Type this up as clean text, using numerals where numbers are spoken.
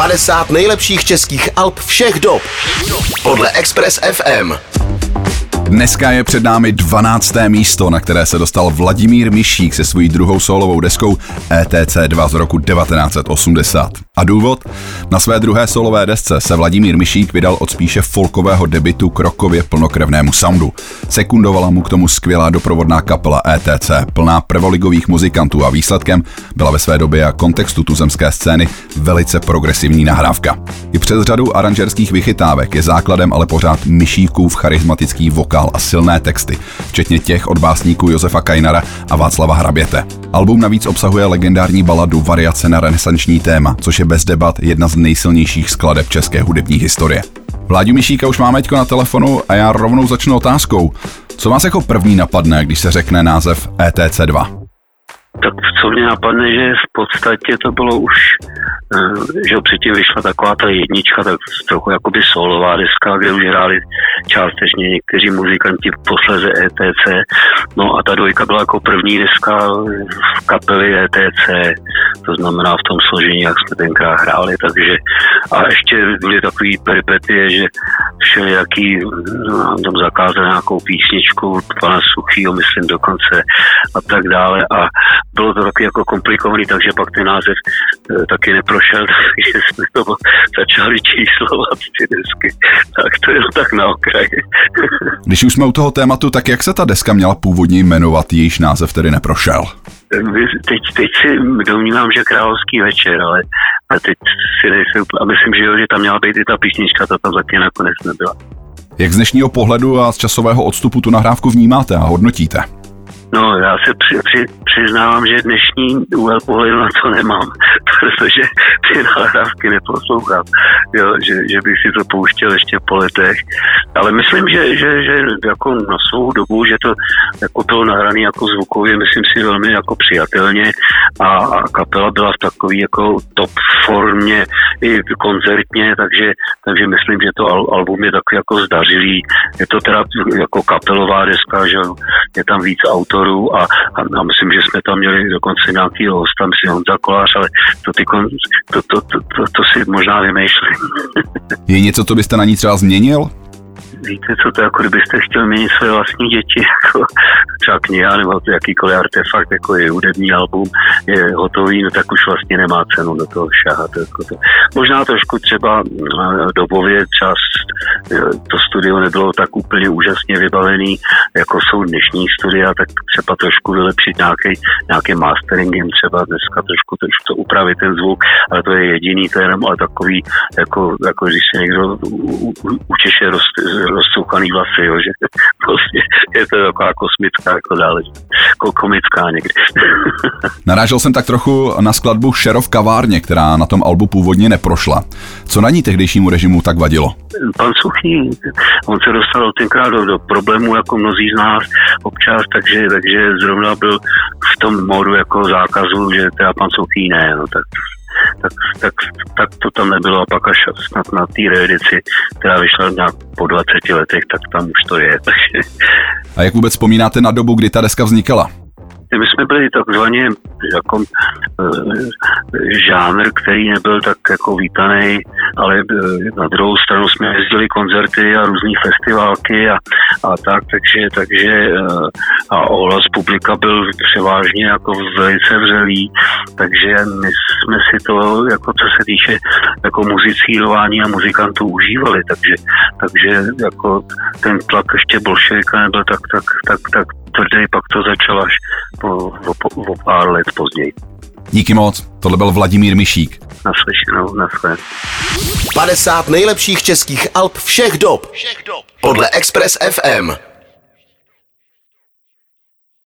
50 nejlepších českých alb všech dob podle Express FM. Dneska je před námi 12. místo, na které se dostal Vladimír Mišík se svojí druhou sólovou deskou ETC2 z roku 1980. A důvod? Na své druhé sólové desce se Vladimír Mišík vydal od spíše folkového debutu k rockově plnokrevnému soundu. Sekundovala mu k tomu skvělá doprovodná kapela ETC, plná prvoligových muzikantů a výsledkem byla ve své době a kontextu tuzemské scény velice progresivní nahrávka. I přes řadu aranžerských vychytávek je základem ale pořád Mišíkův charismatický vokál a silné texty, včetně těch od básníků Josefa Kajnara a Václava Hraběte. Album navíc obsahuje legendární baladu Variace na renesanční téma, což je bez debat jedna z nejsilnějších skladeb české hudební historie. Vláďu Mišíka už máme teďko na telefonu a já rovnou začnu otázkou. Co vás jako první napadne, když se řekne název ETC2? Tak co mě napadne, že v podstatě to bylo už, že předtím vyšla taková ta jednička, tak trochu jakoby solová deska, kde už hráli částečně někteří muzikanti posléze ETC. No a ta dvojka byla jako první deska v kapely ETC, to znamená v tom složení, jak jsme tenkrát hráli, takže a ještě byly takový peripetie, že všelijaký tam zakázali nějakou písničku pana Suchýho, myslím dokonce a tak dále a bylo to taky jako komplikovaný, takže pak ten název taky neprošel, takže jsme to začali číslovat ty desky. Tak to je tak na okraji. Když už jsme u toho tématu, tak jak se ta deska měla původně jmenovat, jejíž název tedy neprošel? Teď si domnívám, že Královský večer, ale teď si nejsem, a myslím, že tam měla být i ta písnička, ta tam taky nakonec nebyla. Jak z dnešního pohledu a z časového odstupu tu nahrávku vnímáte a hodnotíte? No, já se přiznávám, že dnešní úhel pohledu na to nemám, protože ty nahrávky neposlouchám, jo, že bych si to pouštěl ještě po letech, ale myslím, že jako na svou dobu, že to jako bylo nahrané jako zvukově, myslím si velmi jako přijatelně a kapela byla v takové jako top formě i koncertně, takže myslím, že to album je takový jako zdařilý, je to teda jako kapelová deska, že je tam víc autorů a myslím, že jsme tam měli dokonce nějaký hosta, myslím Honza Kolář, ale to si možná vymýšlím. Je něco, co byste na ní třeba změnil? Víte, co to jako kdybyste chtěl měnit své vlastní děti, jako třeba kniha nebo jakýkoliv artefakt, jako je hudební album, je hotový, no tak už vlastně nemá cenu do toho šahat. Jako to. Možná trošku třeba dobově třeba to studio nebylo tak úplně úžasně vybavený, jako jsou dnešní studia, tak třeba trošku vylepšit nějakým masteringem, třeba dneska trošku to upravit ten zvuk, ale to je jediný, to je jenom ale takový, jako když se někdo učeše rozsouchaný vlasy, jo, že prostě je to taková kosmická jako záležitost, komická někdy. Narážel jsem tak trochu na skladbu Šerov kavárně, která na tom albu původně neprošla. Co na ní tehdejšímu režimu tak vadilo? Pan Suchý, on se dostal tenkrát do problémů jako mnozí z nás občas, takže zrovna byl v tom módu jako zákazu, že teda pan Suchý ne, no tak to tam nebylo a pak až snad na té reedici, která vyšla nějak po 20 letech, tak tam už to je. Takže. A jak vůbec vzpomínáte na dobu, kdy ta deska vznikala? My jsme byli takzvaně jako žánr, který nebyl tak jako vítaný, ale na druhou stranu jsme jezdili koncerty a různý festiválky a tak, takže a ohlas publika byl převážně jako velice vřelý, takže my jsme si to, jako co se týče jako muzicírování a muzikantů užívali, takže jako ten tlak ještě bolševika nebyl tak tvrdý, pak to začalo až o pár let později. Díky moc, tohle byl Vladimír Mišík. Naslyšenou, naschle. 50 nejlepších českých alb všech dob podle Express FM.